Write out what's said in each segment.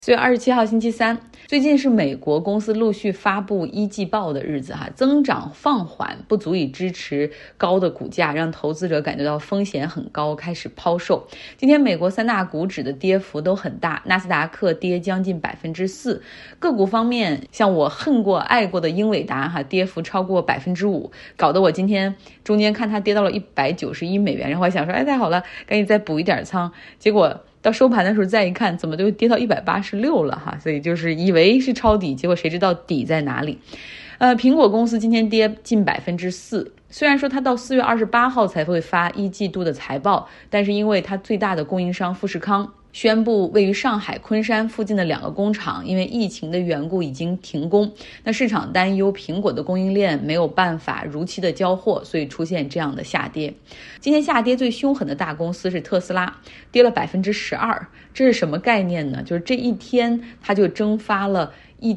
4月27号星期三，最近是美国公司陆续发布一季报的日子增长放缓不足以支持高的股价，让投资者感觉到风险很高，开始抛售。今天美国三大股指的跌幅都很大，纳斯达克跌将近4%，个股方面，像我恨过爱过的英伟达跌幅超过5%，搞得我今天中间看它跌到了$191，然后我想说，太好了，赶紧再补一点仓，结果到收盘的时候再一看，怎么就跌到186了所以就是以为是抄底，结果谁知道底在哪里。苹果公司今天跌近4%，虽然说它到4月28号才会发一季度的财报，但是因为它最大的供应商富士康宣布位于上海昆山附近的2个工厂因为疫情的缘故已经停工，那市场担忧苹果的供应链没有办法如期的交货，所以出现这样的下跌。今天下跌最凶狠的大公司是特斯拉，跌了12%，这是什么概念呢？就是这一天它就蒸发了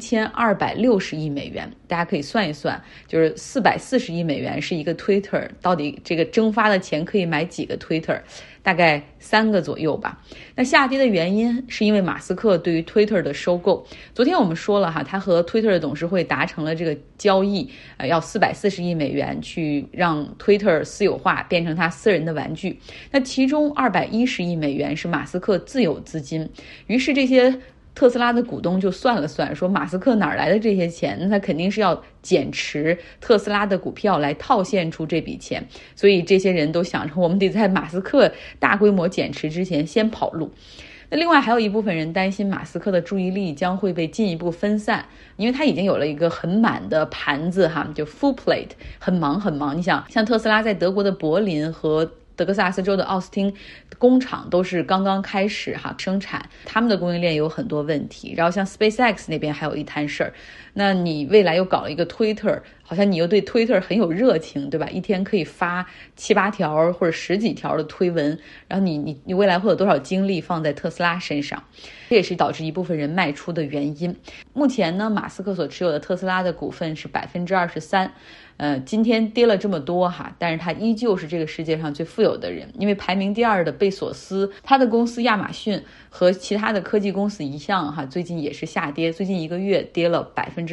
$1260亿，大家可以算一算，就是440亿是一个 Twitter， 到底这个蒸发的钱可以买几个 Twitter？ 大概3个左右吧。那下跌的原因是因为马斯克对于 Twitter 的收购。昨天我们说了他和 Twitter 的董事会达成了这个交易，要440亿去让 Twitter 私有化，变成他私人的玩具。那其中210亿是马斯克自有资金，于是这些特斯拉的股东就算了算，说马斯克哪来的这些钱？那他肯定是要减持特斯拉的股票来套现出这笔钱，所以这些人都想着我们得在马斯克大规模减持之前先跑路。那另外还有一部分人担心马斯克的注意力将会被进一步分散，因为他已经有了一个很满的盘子就 full plate， 很忙。你想，像特斯拉在德国的柏林和德克萨斯州的奥斯汀工厂都是刚刚开始生产，他们的供应链有很多问题。然后像 SpaceX 那边还有一摊事儿，那你未来又搞了一个 Twitter， 好像你又对 Twitter 很有热情，对吧？一天可以发7、8条或者10几条的推文，然后你未来会有多少精力放在特斯拉身上？这也是导致一部分人卖出的原因。目前呢，马斯克所持有的特斯拉的股份是23%。今天跌了这么多但是他依旧是这个世界上最富有的人，因为排名第2的贝索斯，他的公司亚马逊和其他的科技公司一样最近也是下跌，最近1个月跌了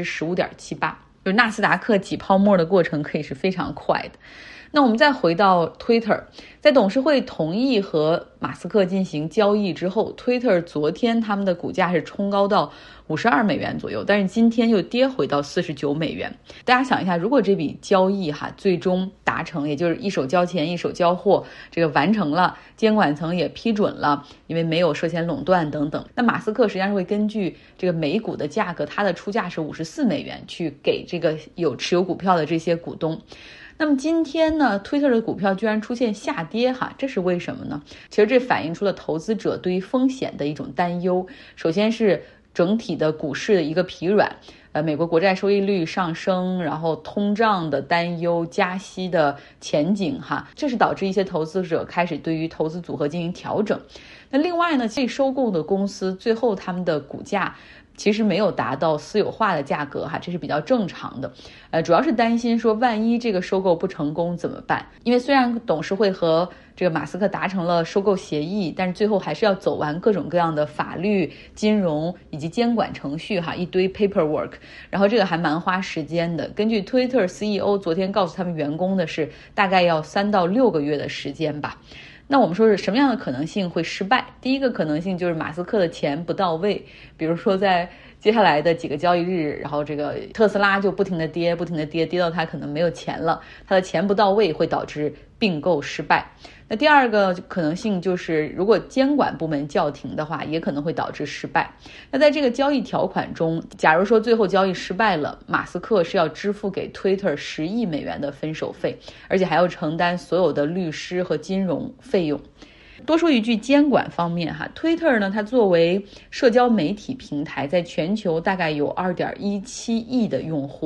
15.78%，就是纳斯达克挤泡沫的过程可以是非常快的。那我们再回到 Twitter， 在董事会同意和马斯克进行交易之后， Twitter 昨天他们的股价是冲高到$52左右，但是今天又跌回到$49。大家想一下，如果这笔交易最终达成，也就是一手交钱一手交货，这个完成了，监管层也批准了，因为没有涉嫌垄断等等，那马斯克实际上是会根据这个每股的价格，它的出价是$54去给这个有持有股票的这些股东。那么今天呢 Twitter 的股票居然出现下跌这是为什么呢？其实这反映出了投资者对于风险的一种担忧。首先是整体的股市的一个疲软，美国国债收益率上升，然后通胀的担忧，加息的前景这是导致一些投资者开始对于投资组合进行调整。那另外呢，被收购的公司最后他们的股价其实没有达到私有化的价格这是比较正常的。主要是担心说万一这个收购不成功怎么办？因为虽然董事会和这个马斯克达成了收购协议，但是最后还是要走完各种各样的法律、金融以及监管程序一堆 paperwork， 然后这个还蛮花时间的。根据 Twitter CEO 昨天告诉他们员工的是，大概要3到6个月的时间吧。那我们说是什么样的可能性会失败？第一个可能性就是马斯克的钱不到位，比如说在接下来的几个交易日，然后这个特斯拉就不停的跌，跌到他可能没有钱了，他的钱不到位会导致并购失败。那第二个可能性就是如果监管部门叫停的话，也可能会导致失败。那在这个交易条款中，假如说最后交易失败了，马斯克是要支付给 Twitter $10亿的分手费，而且还要承担所有的律师和金融费用。多说一句监管方面Twitter 呢，它作为社交媒体平台，在全球大概有2.17亿的用户，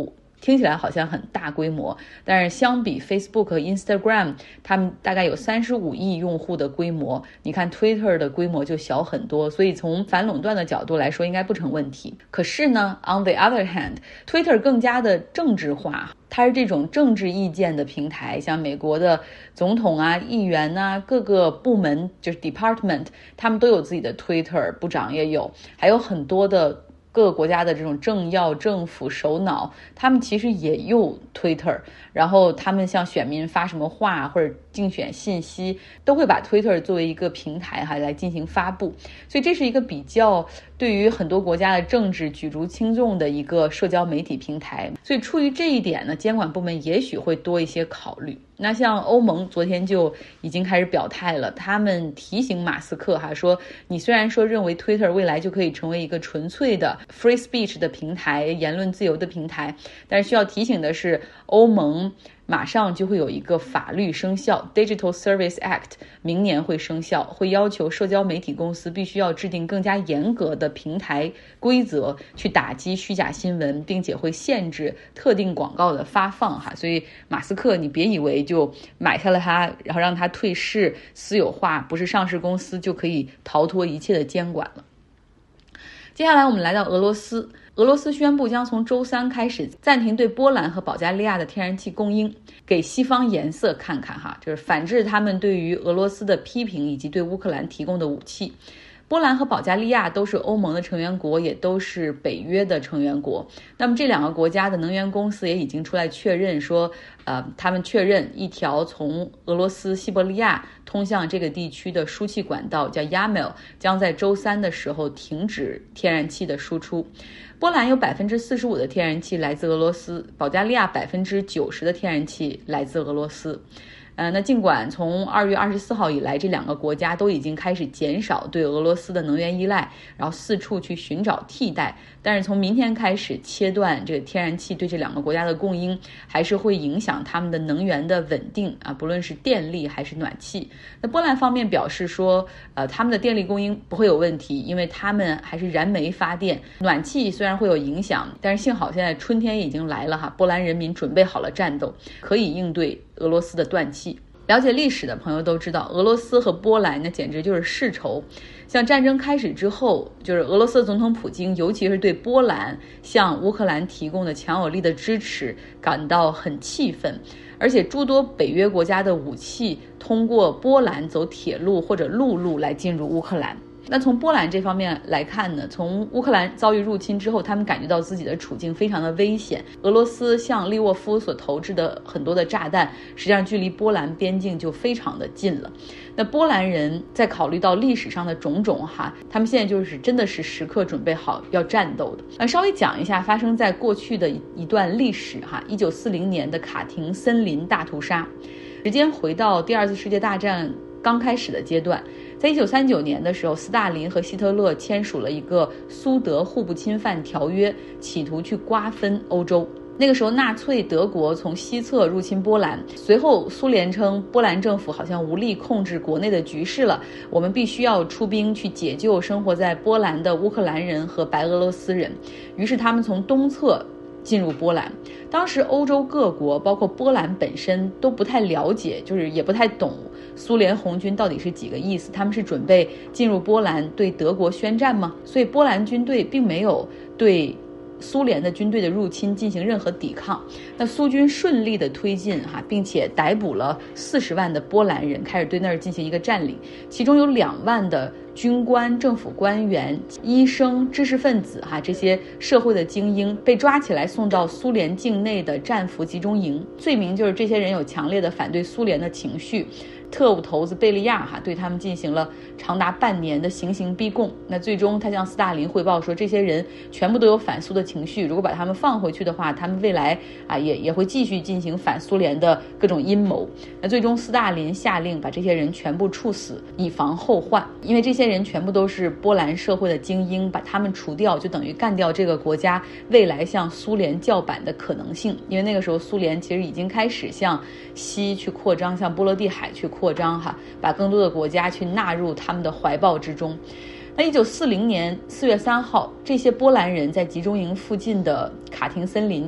听起来好像很大规模，但是相比 Facebook 和 Instagram， 他们大概有35亿用户的规模，你看 Twitter 的规模就小很多，所以从反垄断的角度来说应该不成问题。可是呢 on the other hand， Twitter 更加的政治化，它是这种政治意见的平台，像美国的总统啊、议员啊、各个部门就是 department， 他们都有自己的 Twitter， 部长也有，还有很多的各个国家的这种政要、政府首脑，他们其实也用 Twitter， 然后他们向选民发什么话或者竞选信息，都会把 Twitter 作为一个平台来进行发布，所以这是一个比较对于很多国家的政治举足轻重的一个社交媒体平台，所以出于这一点呢，监管部门也许会多一些考虑。那像欧盟昨天就已经开始表态了，他们提醒马斯克说你虽然说认为 Twitter 未来就可以成为一个纯粹的 free speech 的平台，言论自由的平台，但是需要提醒的是，欧盟马上就会有一个法律生效 Digital Service Act， 明年会生效，会要求社交媒体公司必须要制定更加严格的平台规则去打击虚假新闻，并且会限制特定广告的发放所以马斯克你别以为就买下了它，然后让它退市私有化，不是上市公司就可以逃脱一切的监管了。接下来我们来到俄罗斯，俄罗斯宣布将从周三开始暂停对波兰和保加利亚的天然气供应，给西方颜色看看就是反制他们对于俄罗斯的批评以及对乌克兰提供的武器。波兰和保加利亚都是欧盟的成员国，也都是北约的成员国。那么这两个国家的能源公司也已经出来确认说，他们确认一条从俄罗斯西伯利亚通向这个地区的输气管道叫 Yamel， 将在周三的时候停止天然气的输出。波兰有 45% 的天然气来自俄罗斯，保加利亚 90% 的天然气来自俄罗斯。那尽管从2月24号以来，这两个国家都已经开始减少对俄罗斯的能源依赖，然后四处去寻找替代，但是从明天开始切断这个天然气对这两个国家的供应，还是会影响他们的能源的稳定不论是电力还是暖气。那波兰方面表示说，他们的电力供应不会有问题，因为他们还是燃煤发电，暖气虽然会有影响，但是幸好现在春天已经来了波兰人民准备好了战斗，可以应对俄罗斯的断气。了解历史的朋友都知道，俄罗斯和波兰那简直就是世仇。像战争开始之后，就是俄罗斯的总统普京，尤其是对波兰向乌克兰提供的强有力的支持感到很气愤，而且诸多北约国家的武器通过波兰走铁路或者陆路来进入乌克兰。那从波兰这方面来看呢，从乌克兰遭遇入侵之后，他们感觉到自己的处境非常的危险。俄罗斯向利沃夫所投掷的很多的炸弹，实际上距离波兰边境就非常的近了。那波兰人在考虑到历史上的种种他们现在就是真的是时刻准备好要战斗的。稍微讲一下发生在过去的一段历史1940年的卡廷森林大屠杀，时间回到第二次世界大战刚开始的阶段。在1939年的时候，斯大林和希特勒签署了一个苏德互不侵犯条约，企图去瓜分欧洲。那个时候纳粹德国从西侧入侵波兰，随后苏联称波兰政府好像无力控制国内的局势了，我们必须要出兵去解救生活在波兰的乌克兰人和白俄罗斯人。于是他们从东侧进入波兰。当时欧洲各国包括波兰本身都不太了解，就是也不太懂苏联红军到底是几个意思，他们是准备进入波兰对德国宣战吗？所以波兰军队并没有对苏联的军队的入侵进行任何抵抗。那苏军顺利的推进并且逮捕了40万的波兰人，开始对那儿进行一个占领，其中有2万的军官、政府官员、医生、知识分子这些社会的精英被抓起来送到苏联境内的战俘集中营，罪名就是这些人有强烈的反对苏联的情绪。特务头子贝利亚对他们进行了长达半年的行刑逼供。那最终他向斯大林汇报说，这些人全部都有反苏的情绪，如果把他们放回去的话，他们未来也会继续进行反苏联的各种阴谋。那最终斯大林下令把这些人全部处死，以防后患。因为这些人全部都是波兰社会的精英，把他们除掉就等于干掉这个国家未来向苏联叫板的可能性。因为那个时候苏联其实已经开始向西去扩张，向波罗的海去扩张把更多的国家去纳入他们的怀抱之中。那1940年4月3号，这些波兰人在集中营附近的卡廷森林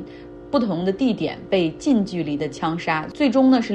不同的地点被近距离的枪杀，最终呢是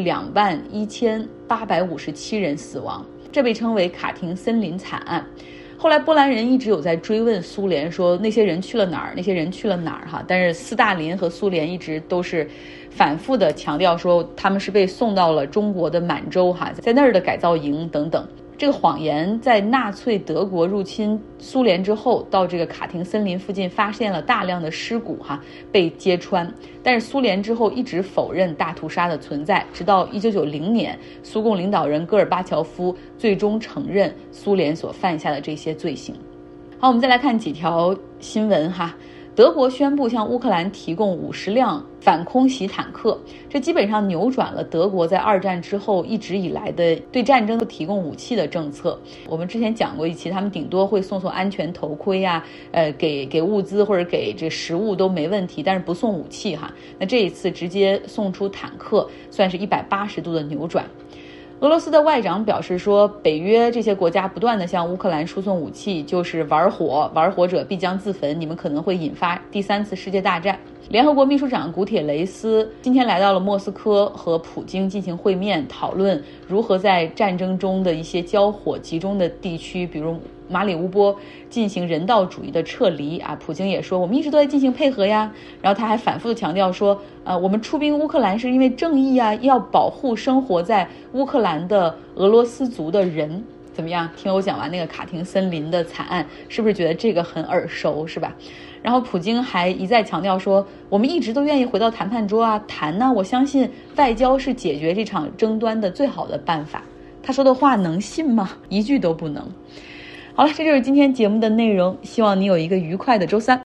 21857人死亡，这被称为卡廷森林惨案。后来波兰人一直有在追问苏联说那些人去了哪儿，那些人去了哪儿哈，但是斯大林和苏联一直都是反复的强调说他们是被送到了中国的满洲哈，在那儿的改造营等等。这个谎言在纳粹德国入侵苏联之后，到这个卡廷森林附近发现了大量的尸骨被揭穿，但是苏联之后一直否认大屠杀的存在，直到1990年，苏共领导人戈尔巴乔夫最终承认苏联所犯下的这些罪行。好，我们再来看几条新闻德国宣布向乌克兰提供50辆反空袭坦克，这基本上扭转了德国在2战之后一直以来的对战争提供武器的政策。我们之前讲过一期，他们顶多会送安全头盔给物资或者给这食物都没问题，但是不送武器那这一次直接送出坦克，算是180度的扭转。俄罗斯的外长表示说，北约这些国家不断地向乌克兰输送武器，就是玩火，玩火者必将自焚，你们可能会引发第3次世界大战。联合国秘书长古铁雷斯今天来到了莫斯科，和普京进行会面，讨论如何在战争中的一些交火集中的地区，比如马里乌波进行人道主义的撤离普京也说我们一直都在进行配合呀，然后他还反复的强调说我们出兵乌克兰是因为正义要保护生活在乌克兰的俄罗斯族的人。怎么样，听我讲完那个卡廷森林的惨案，是不是觉得这个很耳熟，是吧？然后普京还一再强调说我们一直都愿意回到谈判桌谈呢，我相信外交是解决这场争端的最好的办法。他说的话能信吗？一句都不能。好了，这就是今天节目的内容，希望你有一个愉快的周三。